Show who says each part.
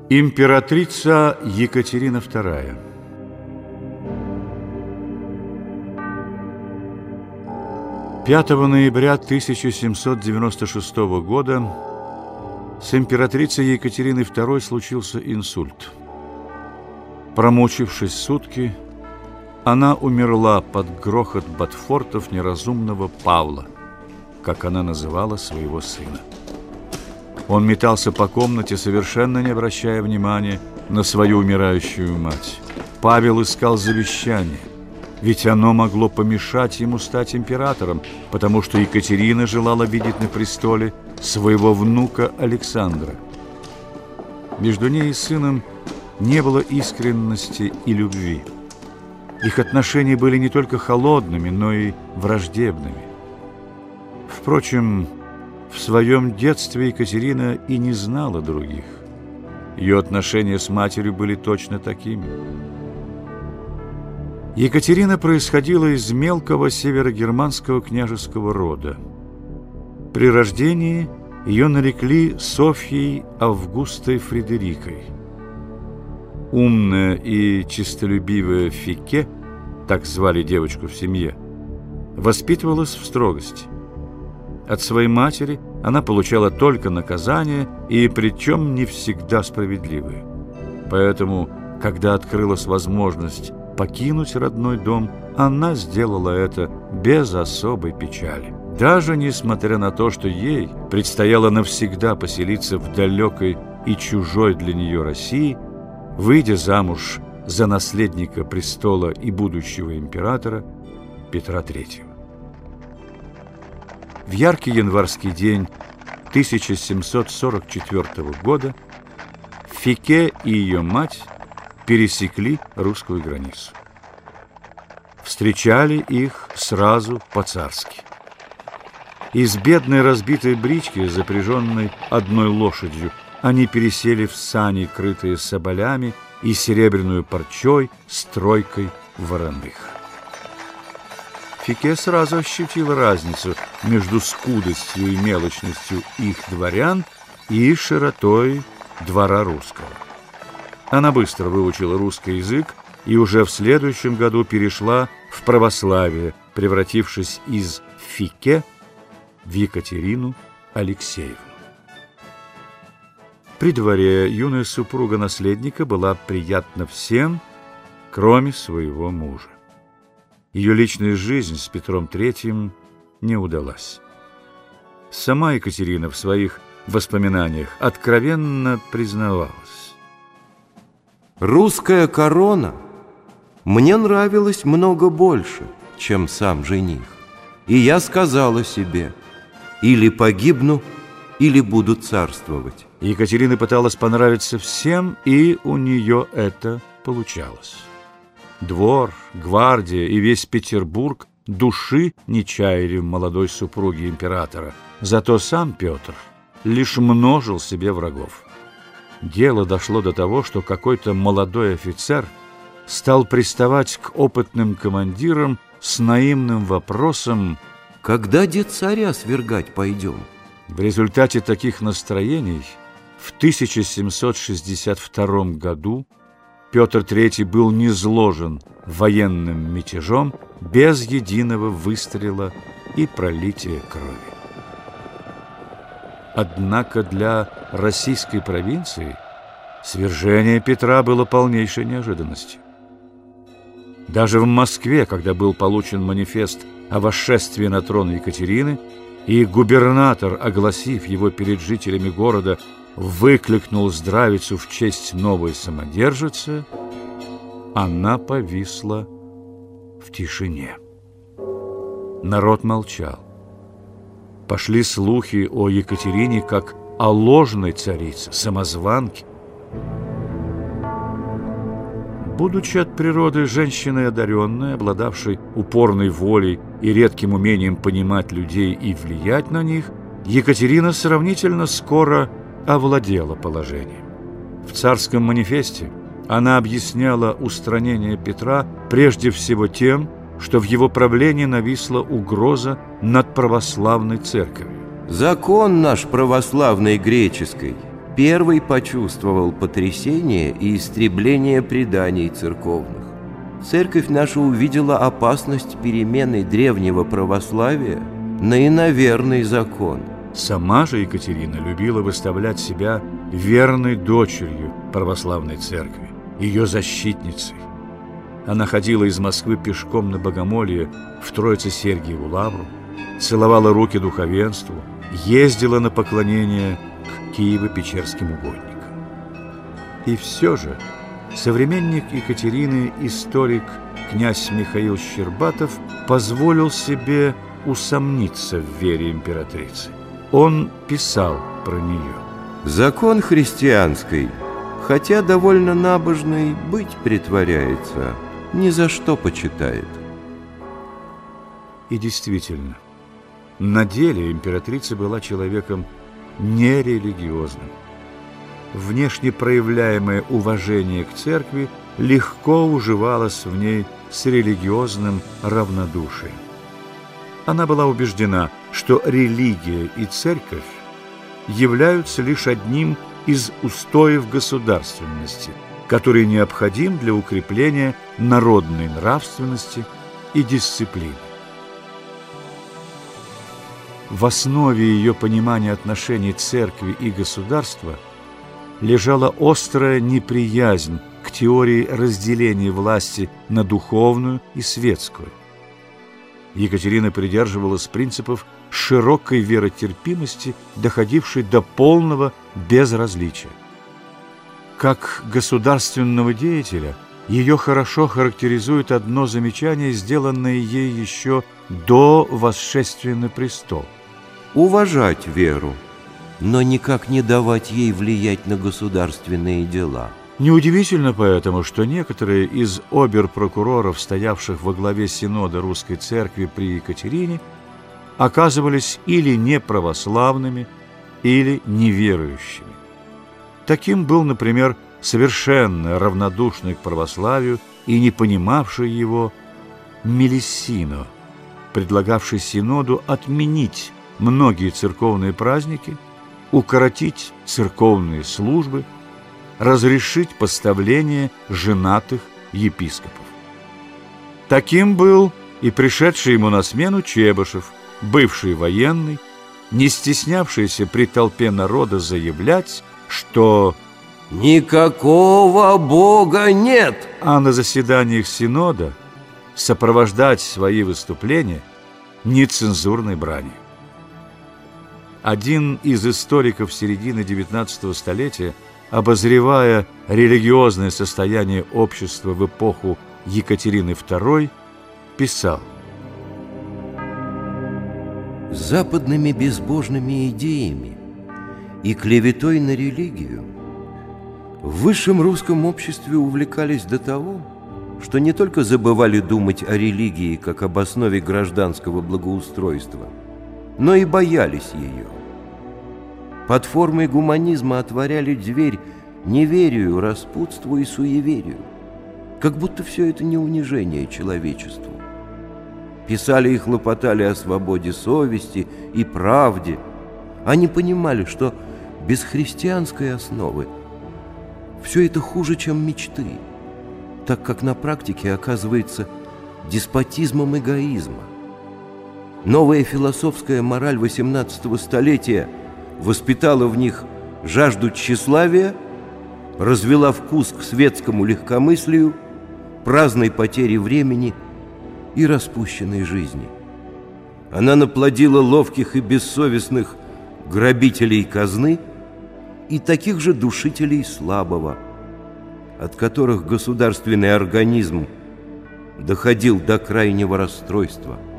Speaker 1: Императрица Екатерина II. Пятого ноября 1796 года с императрицей Екатериной II случился инсульт. Промучившись сутки, она умерла под грохот ботфортов неразумного Павла, как она называла своего сына. Он метался по комнате, совершенно не обращая внимания на свою умирающую мать. Павел искал завещание, ведь оно могло помешать ему стать императором, потому что Екатерина желала видеть на престоле своего внука Александра. Между ней и сыном не было искренности и любви. Их отношения были не только холодными, но и враждебными. Впрочем, в своем детстве Екатерина и не знала других. Ее отношения с матерью были точно такими. Екатерина происходила из мелкого северогерманского княжеского рода. При рождении ее нарекли Софьей Августой Фредерикой. Умная и честолюбивая Фике, так звали девочку в семье, воспитывалась в строгости. От своей матери она получала только наказания, и причем не всегда справедливые. Поэтому, когда открылась возможность покинуть родной дом, она сделала это без особой печали. Даже несмотря на то, что ей предстояло навсегда поселиться в далекой и чужой для нее России, выйдя замуж за наследника престола и будущего императора Петра III. В яркий январский день 1744 года Фике и ее мать пересекли русскую границу. Встречали их сразу по-царски. Из бедной разбитой брички, запряженной одной лошадью, они пересели в сани, крытые соболями и серебряную парчой с тройкой вороных. Фике сразу ощутила разницу между скудостью и мелочностью их дворян и широтой двора русского. Она быстро выучила русский язык и уже в следующем году перешла в православие, превратившись из Фике в Екатерину Алексеевну. При дворе юная супруга наследника была приятна всем, кроме своего мужа. Ее личная жизнь с Петром III не удалась. Сама Екатерина в своих воспоминаниях откровенно признавалась:
Speaker 2: «Русская корона мне нравилась много больше, чем сам жених. И я сказала себе: или погибну, или буду царствовать».
Speaker 1: Екатерина пыталась понравиться всем, и у нее это получалось. Двор, гвардия и весь Петербург души не чаяли в молодой супруге императора. Зато сам Петр лишь множил себе врагов. Дело дошло до того, что какой-то молодой офицер стал приставать к опытным командирам с наивным вопросом:
Speaker 2: «Когда дед царя свергать пойдем?»
Speaker 1: В результате таких настроений в 1762 году Петр III был низложен военным мятежом без единого выстрела и пролития крови. Однако для российской провинции свержение Петра было полнейшей неожиданностью. Даже в Москве, когда был получен манифест о восшествии на трон Екатерины, и губернатор, огласив его перед жителями города, выкликнул здравицу в честь новой самодержицы, она повисла в тишине. Народ молчал. Пошли слухи о Екатерине как о ложной царице, самозванке. Будучи от природы женщиной одаренной, обладавшей упорной волей и редким умением понимать людей и влиять на них, Екатерина сравнительно скоро овладела положением. В царском манифесте она объясняла устранение Петра прежде всего тем, что в его правлении нависла угроза над православной церковью.
Speaker 2: Закон наш православный греческий первый почувствовал потрясение и истребление преданий церковных. Церковь наша увидела опасность перемены древнего православия на иноверный закон.
Speaker 1: Сама же Екатерина любила выставлять себя верной дочерью православной церкви, ее защитницей. Она ходила из Москвы пешком на богомолье в Троице-Сергиеву лавру, целовала руки духовенству, ездила на поклонение к Киево-Печерским угодникам. И все же современник Екатерины, историк князь Михаил Щербатов, позволил себе усомниться в вере императрицы. Он писал про нее:
Speaker 2: «Закон христианский, хотя довольно набожный, быть притворяется, ни за что почитает».
Speaker 1: И действительно, на деле императрица была человеком нерелигиозным. Внешне проявляемое уважение к церкви легко уживалось в ней с религиозным равнодушием. Она была убеждена, что религия и церковь являются лишь одним из устоев государственности, который необходим для укрепления народной нравственности и дисциплины. В основе ее понимания отношений церкви и государства лежала острая неприязнь к теории разделения власти на духовную и светскую. Екатерина придерживалась принципов широкой веротерпимости, доходившей до полного безразличия. Как государственного деятеля ее хорошо характеризует одно замечание, сделанное ей еще до восшествия на престол.
Speaker 2: Уважать веру, но никак не давать ей влиять на государственные дела.
Speaker 1: Неудивительно поэтому, что некоторые из обер-прокуроров, стоявших во главе Синода Русской Церкви при Екатерине, оказывались или неправославными, или неверующими. Таким был, например, совершенно равнодушный к православию и не понимавший его Мелиссино, предлагавший Синоду отменить многие церковные праздники, укоротить церковные службы, разрешить поставление женатых епископов. Таким был и пришедший ему на смену Чебышев, бывший военный, не стеснявшийся при толпе народа заявлять, что
Speaker 2: «никакого Бога нет»,
Speaker 1: а на заседаниях Синода сопровождать свои выступления нецензурной бранью. Один из историков середины XIX столетия, обозревая религиозное состояние общества в эпоху Екатерины II, писал:
Speaker 2: «Западными безбожными идеями и клеветой на религию в высшем русском обществе увлекались до того, что не только забывали думать о религии как об основе гражданского благоустройства, но и боялись ее. Под формой гуманизма отворяли дверь неверию, распутству и суеверию, как будто все это не унижение человечеству. Писали и хлопотали о свободе совести и правде. Они понимали, что без христианской основы все это хуже, чем мечты, так как на практике оказывается деспотизмом эгоизма. Новая философская мораль XVIII столетия воспитала в них жажду тщеславия, развела вкус к светскому легкомыслию, праздной потере времени и распущенной жизни. Она наплодила ловких и бессовестных грабителей казны и таких же душителей слабого, от которых государственный организм доходил до крайнего расстройства.